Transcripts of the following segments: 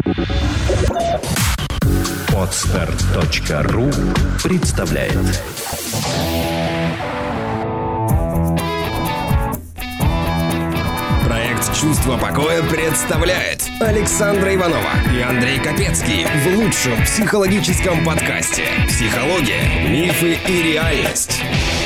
Podster.ru представляет. Проект «Чувство покоя» представляет Александра Иванова и Андрей Капецкий в лучшем психологическом подкасте «Психология, мифы и реальность».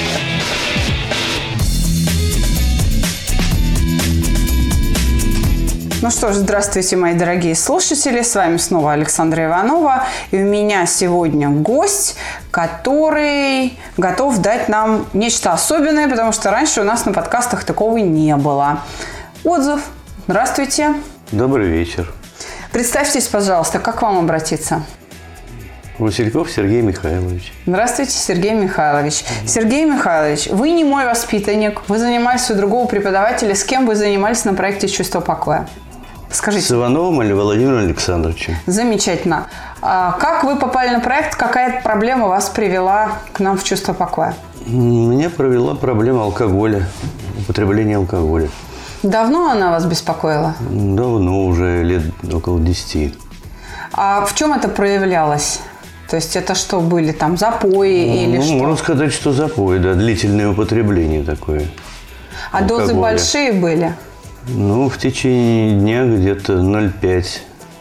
Ну что ж, здравствуйте, мои дорогие слушатели. С вами снова Александра Иванова. И у меня сегодня гость, который готов дать нам нечто особенное, потому что раньше у нас на подкастах такого не было. Отзыв. Здравствуйте. Добрый вечер. Представьтесь, пожалуйста, как к вам обратиться? Васильков Сергей Михайлович. Здравствуйте, Сергей Михайлович. Сергей Михайлович, вы не мой воспитанник, вы занимались у другого преподавателя. С кем вы занимались на проекте «Чувство покоя»? Скажите. С Ивановым или Владимиром Александровичем. Замечательно. Как вы попали на проект? Какая проблема вас привела к нам в «Чувство покоя»? Меня провела проблема алкоголя, употребления алкоголя. Давно она вас беспокоила? Давно, уже лет около 10. А в чем это проявлялось? То есть это что, были там запои или что? Можно сказать, что запой, да, длительное употребление такое. А дозы большие были? Ну, в течение дня где-то 0,5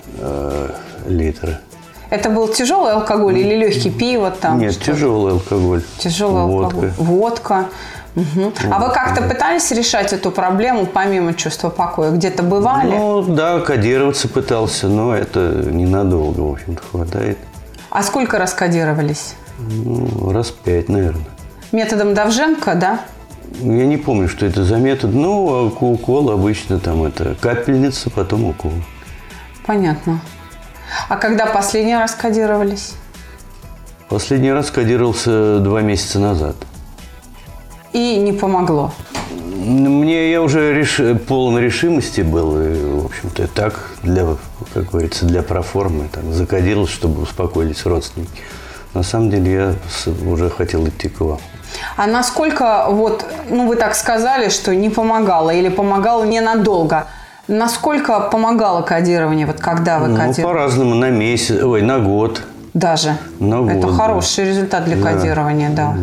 литра. Это был тяжелый алкоголь или легкий пиво там? Нет, что-то? тяжелый алкоголь. Тяжелый алкоголь. Водка. Угу. А вы как-то пытались решать эту проблему помимо «Чувства покоя»? Где-то бывали? Ну, да, кодироваться пытался, но это ненадолго, в общем-то, хватает. А сколько раз кодировались? Ну, раз 5, наверное. Методом Довженко, да? Я не помню, что это за метод. Ну, укол обычно там это капельница, потом укол. Понятно. А когда последний раз кодировались? Последний раз кодировался 2 месяца назад. И не помогло? Я уже полон решимости был. И, в общем-то, так, как говорится, для проформы там, закодировался, чтобы успокоились родственники. На самом деле я уже хотел идти к вам. А насколько, вы так сказали, что не помогало или помогало ненадолго. Насколько помогало кодирование, когда вы кодировали? Ну, по-разному, на месяц, на год. Даже? На год. Это хороший результат для кодирования, да.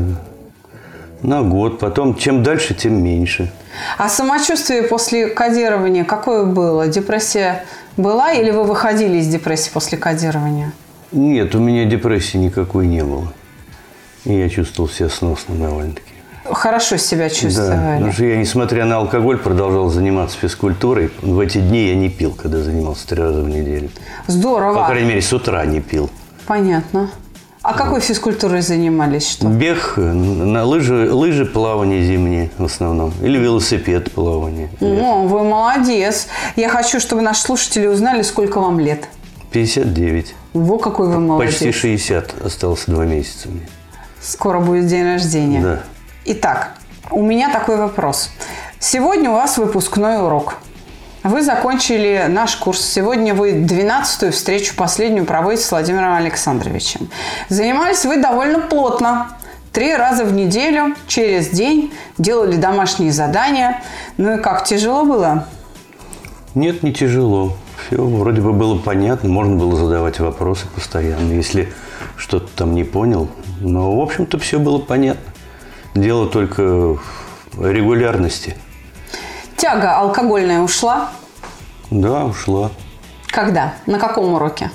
На год. Потом, чем дальше, тем меньше. А самочувствие после кодирования какое было? Депрессия была или вы выходили из депрессии после кодирования? Нет, у меня депрессии никакой не было. И я чувствовал себя сносно довольно-таки. Хорошо себя чувствовали? Да, потому что я, несмотря на алкоголь, продолжал заниматься физкультурой. В эти дни я не пил, когда занимался 3 раза в неделю. Здорово. По крайней мере, с утра не пил. Понятно. А какой физкультурой занимались? Что? Бег, на лыжи, плавание зимние в основном. Или велосипед, плавание. О, вы молодец. Я хочу, чтобы наши слушатели узнали, сколько вам лет. 59. Во, какой вы молодец. Почти 60. Осталось 2 месяца мне. Скоро будет день рождения. Да. Итак, у меня такой вопрос. Сегодня у вас выпускной урок. Вы закончили наш курс. Сегодня вы 12-ю встречу, последнюю, проводите с Владимиром Александровичем. Занимались вы довольно плотно. 3 раза в неделю, через день, делали домашние задания. Ну и как, тяжело было? Нет, не тяжело. Все вроде бы было понятно. Можно было задавать вопросы постоянно, если что-то там не понял. Но, в общем-то, все было понятно. Дело только в регулярности. Тяга алкогольная ушла? Да, ушла. Когда? На каком уроке?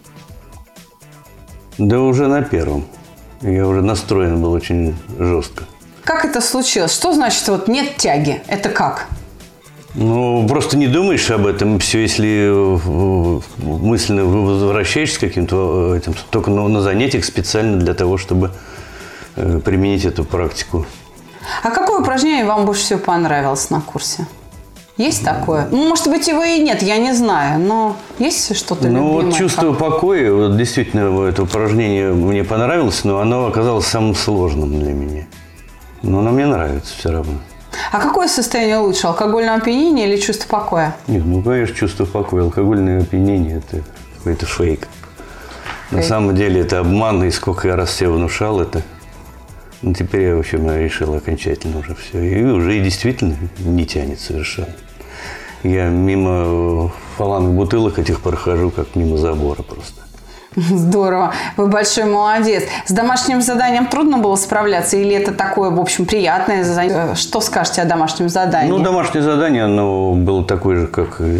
Да уже на 1. Я уже настроен был очень жестко. Как это случилось? Что значит нет тяги? Это как? Ну, просто не думаешь об этом. Все, если мысленно возвращаешься к каким-то этим, только на занятиях специально для того, чтобы применить эту практику. А какое упражнение вам больше всего понравилось на курсе? Есть такое? Ну, может быть, его и нет, я не знаю. Но есть что-то любимое? Ну, вот чувство покоя, действительно, это упражнение мне понравилось, но оно оказалось самым сложным для меня. Но оно мне нравится все равно. А какое состояние лучше? Алкогольное опьянение или чувство покоя? Нет, конечно, чувство покоя. Алкогольное опьянение – это какой-то фейк. На самом деле это обман, и сколько я раз себе внушал это. Ну, теперь я, в общем, решил окончательно уже все. И уже действительно не тянет совершенно. Я мимо фаланг бутылок этих прохожу, как мимо забора просто. Здорово. Вы большой молодец. С домашним заданием трудно было справляться? Или это такое, в общем, приятное задание? Что скажете о домашнем задании? Ну, домашнее задание, оно было такое же, как и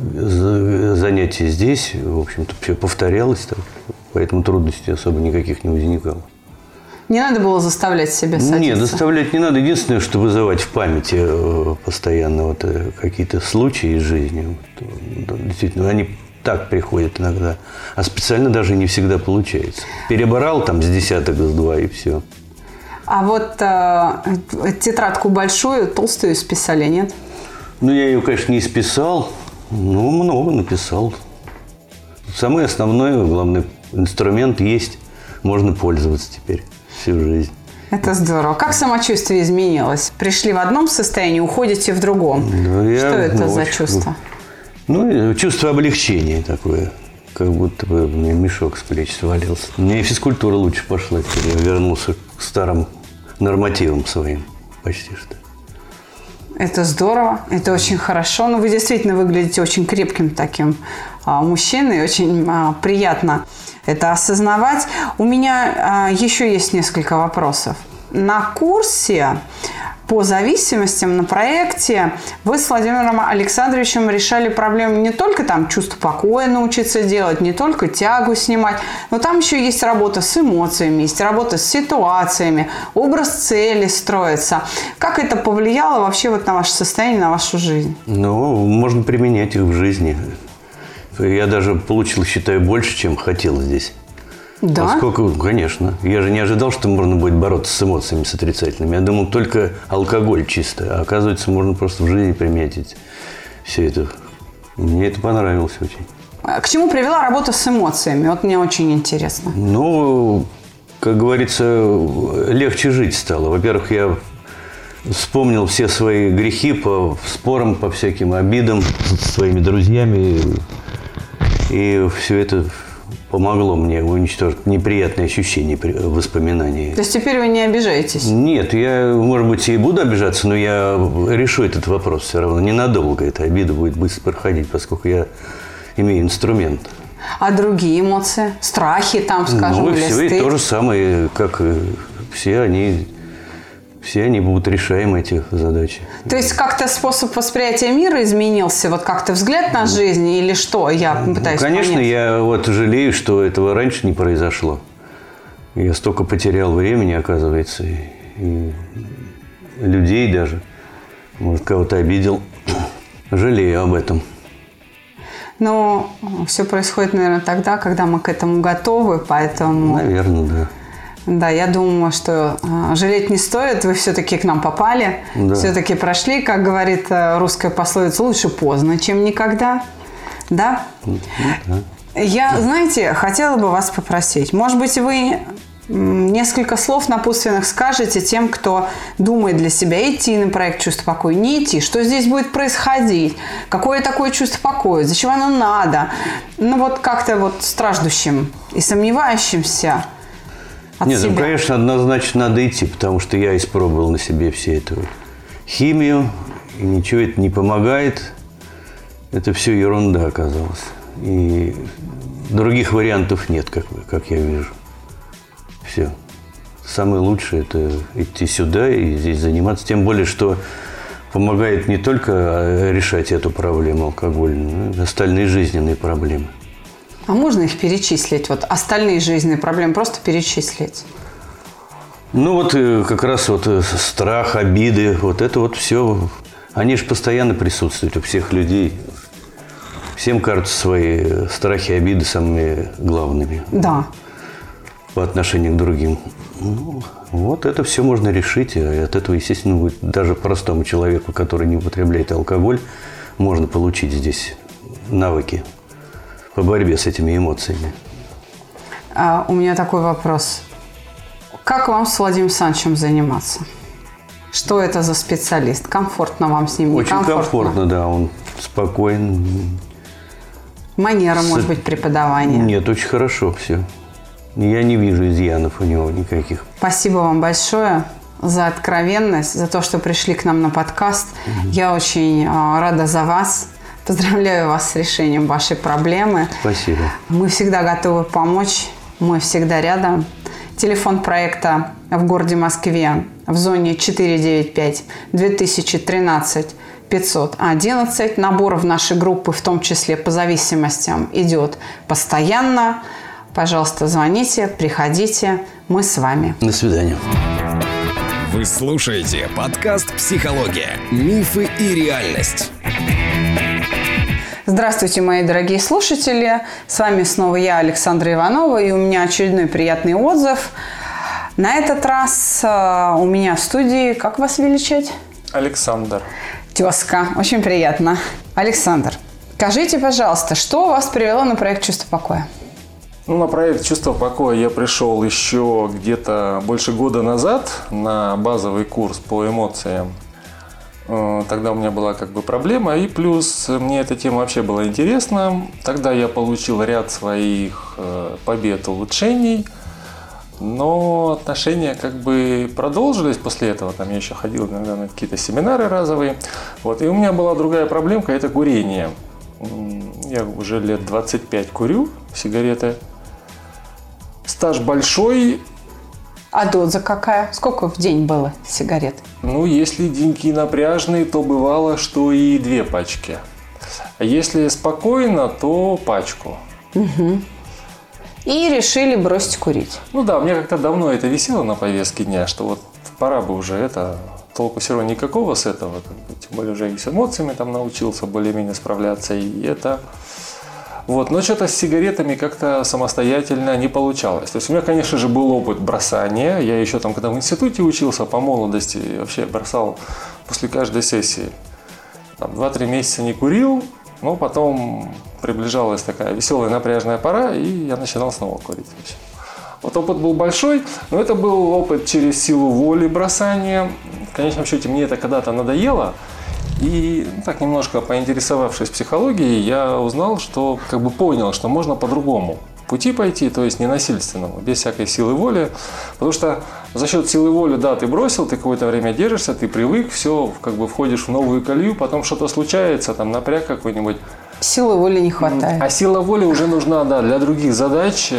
занятие здесь. В общем-то, все повторялось. Так, поэтому трудностей особо никаких не возникало. Не надо было заставлять себя садиться? Нет, заставлять не надо. Единственное, что вызывать в памяти постоянно вот какие-то случаи из жизни. Действительно, они так приходят иногда. А специально даже не всегда получается. Перебрал там с десяток, с два и все. А вот тетрадку большую, толстую списали, нет? Ну, я ее, конечно, не списал, но много написал. Самый основной, главный инструмент есть. Можно пользоваться теперь всю жизнь. Это здорово. Как самочувствие изменилось? Пришли в одном состоянии, уходите в другом. Да, что это за чувство? Ну, чувство облегчения такое. Как будто бы мне мешок с плеч свалился. Мне и физкультура лучше пошла. Теперь я вернулся к старым нормативам своим почти что. Это здорово, это очень хорошо. Но вы действительно выглядите очень крепким таким мужчиной. Очень приятно это осознавать. У меня еще есть несколько вопросов. На курсе по зависимостям на проекте вы с Владимиром Александровичем решали проблему не только там чувство покоя научиться делать, не только тягу снимать, но там еще есть работа с эмоциями, есть работа с ситуациями, образ цели строится. Как это повлияло вообще вот на ваше состояние, на вашу жизнь? Ну, можно применять их в жизни. Я даже получил, считаю, больше, чем хотел здесь. Да? Поскольку, конечно. Я же не ожидал, что можно будет бороться с эмоциями, с отрицательными. Я думал, только алкоголь чисто. А оказывается, можно просто в жизни применять все это. Мне это понравилось очень. К чему привела работа с эмоциями? Вот мне очень интересно. Ну, как говорится, легче жить стало. Во-первых, я вспомнил все свои грехи по спорам, по всяким обидам с своими друзьями. И все это помогло мне уничтожить неприятные ощущения, воспоминания. То есть теперь вы не обижаетесь? Нет, я, может быть, и буду обижаться, но я решу этот вопрос все равно. Ненадолго эта обида будет быстро проходить, поскольку я имею инструмент. А другие эмоции? Страхи там, скажем, ну, или все стыд? и то же самое, как и все они будут решаемы, эти задачи. То есть как-то способ восприятия мира изменился? Вот как-то взгляд на жизнь или что? Я пытаюсь Конечно, понять. я вот жалею, что этого раньше не произошло. Я столько потерял времени, оказывается, и людей даже. Может, кого-то обидел. Жалею об этом. Но все происходит, наверное, тогда, когда мы к этому готовы, поэтому... Наверное, да. Да, я думаю, что жалеть не стоит. Вы все-таки к нам попали, да. Все-таки прошли, как говорит русская пословица, лучше поздно, чем никогда. Да? Да. Я, знаете, хотела бы вас попросить, может быть, вы несколько слов напутственных скажете тем, кто думает для себя, идти на проект «Чувство покоя», не идти, что здесь будет происходить, какое такое чувство покоя, зачем оно надо. Ну вот как-то вот страждущим и сомневающимся от Нет, себя. ну, конечно, однозначно надо идти, потому что я испробовал на себе все эту химию, и ничего это не помогает. Это все ерунда оказалась. И других вариантов нет, как я вижу. Все. Самое лучшее – это идти сюда и здесь заниматься. Тем более, что помогает не только решать эту проблему алкогольную, но и остальные жизненные проблемы. А можно их перечислить? Вот остальные жизненные проблемы просто перечислить? Ну вот как раз вот страх, обиды, вот это вот все, они же постоянно присутствуют у всех людей. Всем кажутся свои страхи, обиды самыми главными. Да. По отношению к другим. Ну, вот это все можно решить. И от этого, естественно, будет даже простому человеку, который не употребляет алкоголь, можно получить здесь навыки по борьбе с этими эмоциями. У меня такой вопрос. Как вам с Владимиром Александровичем заниматься? Что это за специалист? Комфортно вам с ним? Очень комфортно, да. Он спокоен. Манера, может быть, преподавания? Нет, очень хорошо все. Я не вижу изъянов у него никаких. Спасибо вам большое за откровенность, за то, что пришли к нам на подкаст. Я очень рада за вас. Поздравляю вас с решением вашей проблемы. Спасибо. Мы всегда готовы помочь. Мы всегда рядом. Телефон проекта в городе Москве в зоне 495-2013-511. Набор в наши группы, в том числе по зависимостям, идет постоянно. Пожалуйста, звоните, приходите. Мы с вами. До свидания. Вы слушаете подкаст «Психология. Мифы и реальность». Здравствуйте, мои дорогие слушатели. С вами снова я, Александра Иванова, и у меня очередной приятный отзыв. На этот раз у меня в студии, как вас величать? Александр. Тезка. Очень приятно. Александр, скажите, пожалуйста, что вас привело на проект «Чувство покоя»? На проект «Чувство покоя» я пришел еще где-то больше года назад на базовый курс по эмоциям. Тогда у меня была проблема, и плюс мне эта тема вообще была интересна. Тогда я получил ряд своих побед, улучшений, но отношения продолжились после этого. Там я еще ходил иногда на какие-то семинары разовые. И у меня была другая проблемка – это курение. Я уже лет 25 курю сигареты. Стаж большой. А доза какая? Сколько в день было сигарет? Если деньги напряжные, то бывало, что и 2 пачки. А если спокойно, то пачку. Угу. И решили бросить курить. У меня как-то давно это висело на повестке дня, что пора бы уже толку все равно никакого с этого. Тем более уже и с эмоциями научился более-менее справляться. И это... Но что-то с сигаретами как-то самостоятельно не получалось. То есть у меня, конечно же, был опыт бросания. Я еще когда в институте учился по молодости, вообще бросал после каждой сессии. 2-3 месяца не курил, но потом приближалась такая веселая напряжная пора, и я начинал снова курить. Опыт был большой, но это был опыт через силу воли бросания. В конечном счете мне это когда-то надоело. И немножко поинтересовавшись психологией, я узнал, что понял, что можно по-другому пути пойти, то есть не насильственному, без всякой силы воли. Потому что за счет силы воли, ты бросил, ты какое-то время держишься, ты привык, все, входишь в новую колею, потом что-то случается, напряг какой-нибудь. Силы воли не хватает. А сила воли уже нужна, для других задач,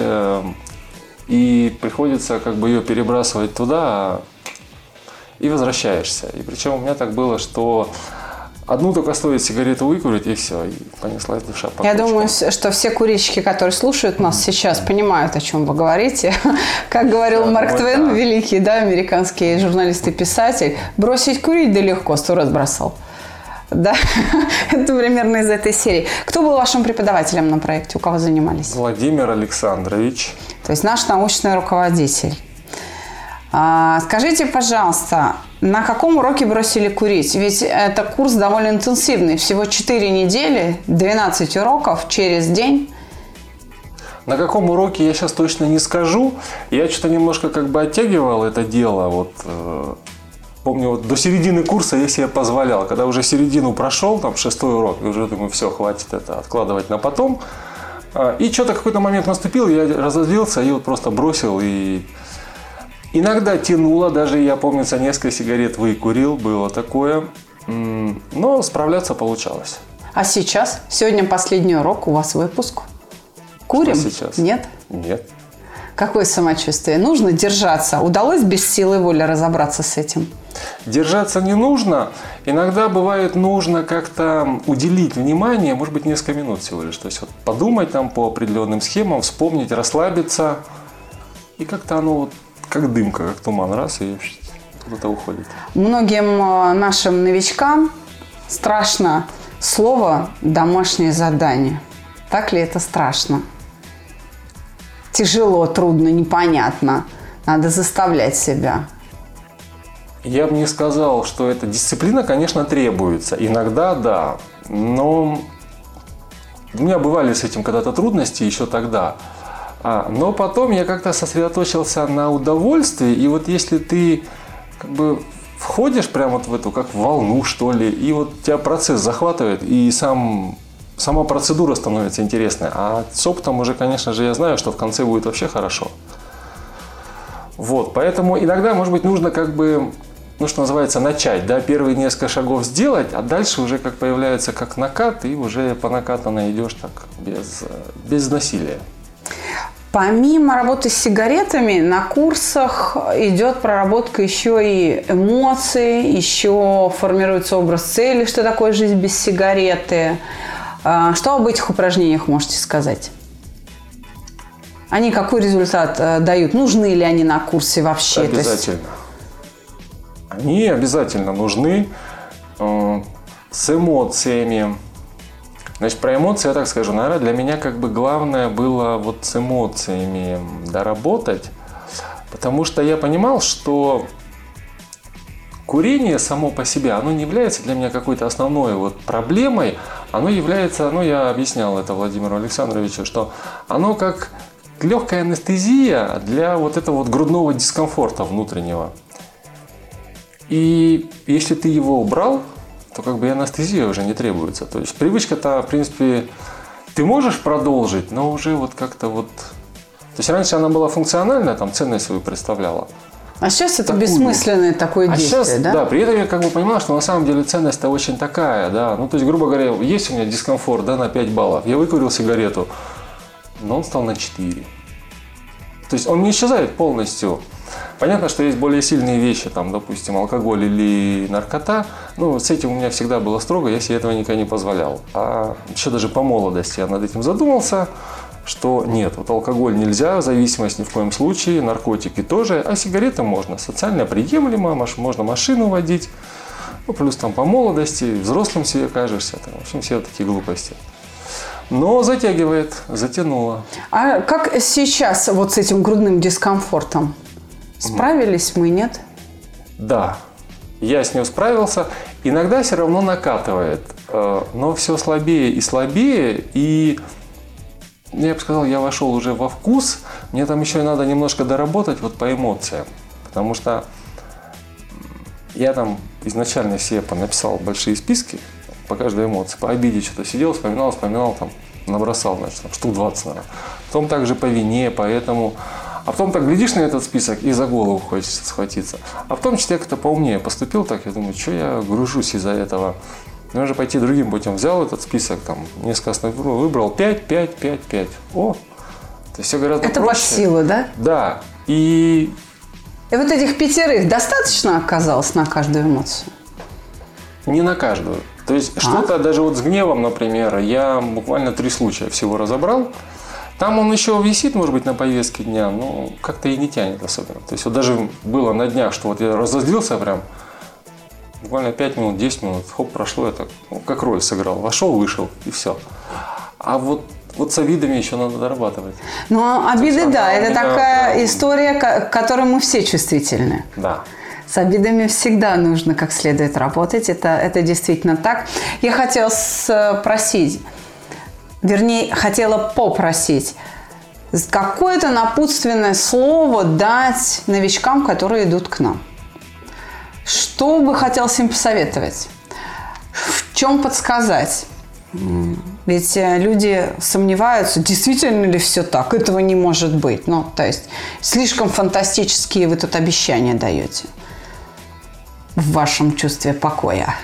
и приходится ее перебрасывать туда, и возвращаешься. И причем у меня так было, что одну только стоит сигарету выкурить, и все, и понеслась душа по Я кочкам. думаю, что все курильщики, которые слушают нас сейчас, понимают, о чем вы говорите. Как говорил Марк Твен, великий, американский журналист и писатель, бросить курить легко, 100 раз бросал. Да, это примерно из этой серии. Кто был вашим преподавателем на проекте, у кого занимались? Владимир Александрович. То есть наш научный руководитель. Скажите, пожалуйста, на каком уроке бросили курить? Ведь это курс довольно интенсивный. Всего 4 недели, 12 уроков через день. На каком уроке я сейчас точно не скажу. Я что-то немножко оттягивал это дело. Помню, до середины курса я себе позволял. Когда уже середину прошел, 6-й урок, и уже думаю, все, хватит это откладывать на потом. И что-то какой-то момент наступил, я разозлился и просто бросил. И иногда тянуло, даже я, помню, несколько сигарет выкурил, было такое. Но справляться получалось. А сейчас? Сегодня последний урок, у вас выпуск. Курим? Что сейчас? Нет? Нет. Какое самочувствие? Нужно держаться. Удалось без силы воли разобраться с этим? Держаться не нужно. Иногда бывает нужно как-то уделить внимание, может быть, несколько минут всего лишь. То есть подумать по определенным схемам, вспомнить, расслабиться. И как-то оно как дымка, как туман, раз и куда-то уходит. Многим нашим новичкам страшно слово «домашнее задание». Так ли это страшно? Тяжело, трудно, непонятно. Надо заставлять себя. Я бы не сказал, что эта дисциплина, конечно, требуется. Иногда да. Но у меня бывали с этим когда-то трудности еще тогда. Но потом я как-то сосредоточился на удовольствии. И если ты входишь прямо в эту, как в волну, что ли, и тебя процесс захватывает, и сама процедура становится интересной. А с опытом уже, конечно же, я знаю, что в конце будет вообще хорошо. Поэтому иногда, может быть, нужно ну, что называется, начать, да, первые несколько шагов сделать, а дальше уже как появляется как накат, и уже по накатанной идешь так, без насилия. Помимо работы с сигаретами, на курсах идет проработка еще и эмоций, еще формируется образ цели, что такое жизнь без сигареты. Что об этих упражнениях можете сказать? Они какой результат дают? Нужны ли они на курсе вообще? Обязательно. Они обязательно нужны с эмоциями. Значит, про эмоции я так скажу. Наверное, для меня как бы главное было вот с эмоциями доработать, потому что я понимал, что курение само по себе, оно не является для меня какой-то основной вот проблемой. Оно является, я объяснял это Владимиру Александровичу, что оно как легкая анестезия для вот этого вот грудного дискомфорта внутреннего. И если ты его убрал, то как бы и анестезия уже не требуется. То есть привычка-то, в принципе, ты можешь продолжить, но уже вот как-то вот... То есть раньше она была функциональная, там ценность свою представляла. А сейчас это бессмысленное такое действие, сейчас, да? Да, при этом я как бы понимал, что на самом деле ценность-то очень такая, да. Ну, то есть, грубо говоря, есть у меня дискомфорт, да, на 5 баллов. Я выкурил сигарету, но он стал на 4. То есть он не исчезает полностью. Понятно, что есть более сильные вещи, там, допустим, алкоголь или наркота. Ну, с этим у меня всегда было строго, я себе этого никогда не позволял. А еще даже по молодости я над этим задумался, что нет, вот алкоголь нельзя, зависимость ни в коем случае, наркотики тоже, а сигареты можно. Социально приемлемо, можно машину водить. Ну, плюс там по молодости, взрослым себе кажешься, там, в общем, все вот такие глупости. Но затянуло. А как сейчас вот с этим грудным дискомфортом? Справились мы, нет? Да, я с ним справился. Иногда все равно накатывает, но все слабее и слабее. И я бы сказал, я вошел уже во вкус. Мне там еще и надо немножко доработать вот по эмоциям. Потому что я там изначально себе написал большие списки по каждой эмоции. По обиде что-то сидел, вспоминал, там набросал, значит, штук 20, наверное. Потом также по вине, поэтому... А потом так глядишь на этот список и за голову хочется схватиться. А потом человек как-то поумнее поступил так, я думаю, что я гружусь из-за этого. Нужно же пойти другим путем. Взял этот список, там, несколько основных, выбрал 5. О, то есть все гораздо это проще. под силу, да? Да. И вот этих 5 достаточно оказалось на каждую эмоцию? не на каждую. То есть что-то даже вот с гневом, например, я буквально 3 случая всего разобрал. Там он еще висит, может быть, на повестке дня, но как-то и не тянет особенно. То есть вот даже было на днях, что вот я разозлился прям, буквально 5 минут, 10 минут, хоп, прошло, я так, как роль сыграл. Вошел, вышел, и все. А вот с обидами еще надо дорабатывать. Ну, обиды, да, это такая история, к которой мы все чувствительны. Да. С обидами всегда нужно как следует работать, это действительно так. Я хотела спросить, вернее, хотела попросить какое-то напутственное слово дать новичкам, которые идут к нам. Что бы хотелось им посоветовать? В чем подсказать? Ведь люди сомневаются, действительно ли все так, этого не может быть. Ну, то есть, слишком фантастические вы тут обещания даете в вашем чувстве покоя.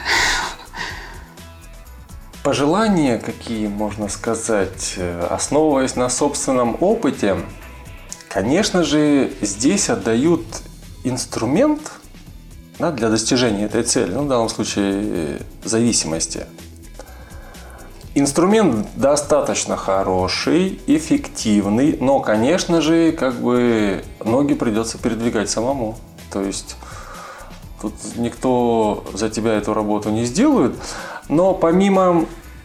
Пожелания, какие можно сказать, основываясь на собственном опыте, конечно же, здесь отдают инструмент, да, для достижения этой цели, в данном случае зависимости. Инструмент достаточно хороший, эффективный, но, конечно же, ноги придется передвигать самому. То есть тут никто за тебя эту работу не сделает. Но помимо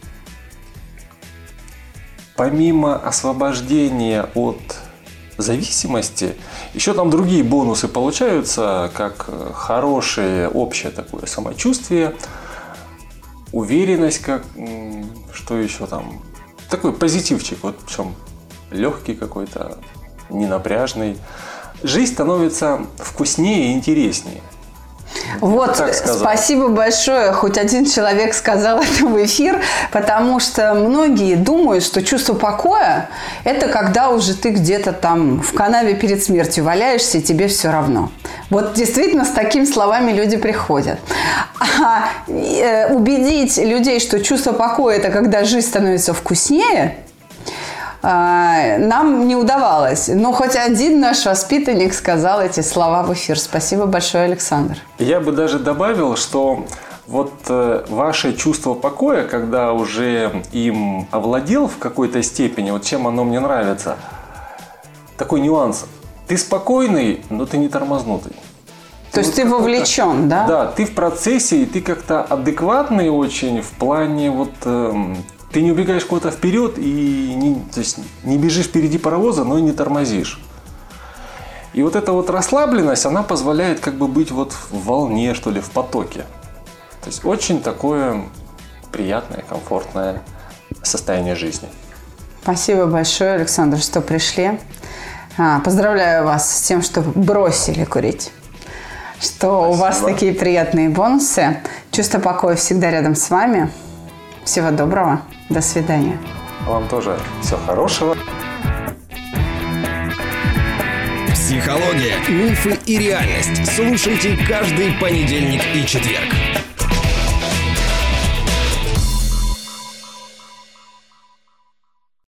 освобождения от зависимости, еще там другие бонусы получаются, как хорошее общее такое самочувствие, уверенность, что еще там, такой позитивчик, вот причем легкий какой-то, ненапряжный. Жизнь становится вкуснее и интереснее. Вот, спасибо большое. Хоть один человек сказал это в эфир, потому что многие думают, что чувство покоя – это когда уже ты где-то там в канаве перед смертью валяешься, и тебе все равно. Вот действительно с такими словами люди приходят. А убедить людей, что чувство покоя – это когда жизнь становится вкуснее – нам не удавалось. Но хоть один наш воспитанник сказал эти слова в эфир. Спасибо большое, Александр. Я бы даже добавил, что вот ваше чувство покоя, когда уже им овладел в какой-то степени, вот чем оно мне нравится, такой нюанс. Ты спокойный, но ты не тормознутый. То есть ты вовлечен, да? Да, ты в процессе, и ты как-то адекватный очень в плане вот... Ты не убегаешь куда-то вперед и не бежишь впереди паровоза, но и не тормозишь. И вот эта вот расслабленность, она позволяет как бы быть вот в волне, что ли, в потоке. То есть очень такое приятное, комфортное состояние жизни. Спасибо большое, Александр, что пришли. Поздравляю вас с тем, что бросили курить. Что у вас такие приятные бонусы. Чувство покоя всегда рядом с вами. Всего доброго. До свидания. Вам тоже всего хорошего. Психология, мифы и реальность. Слушайте каждый понедельник и четверг.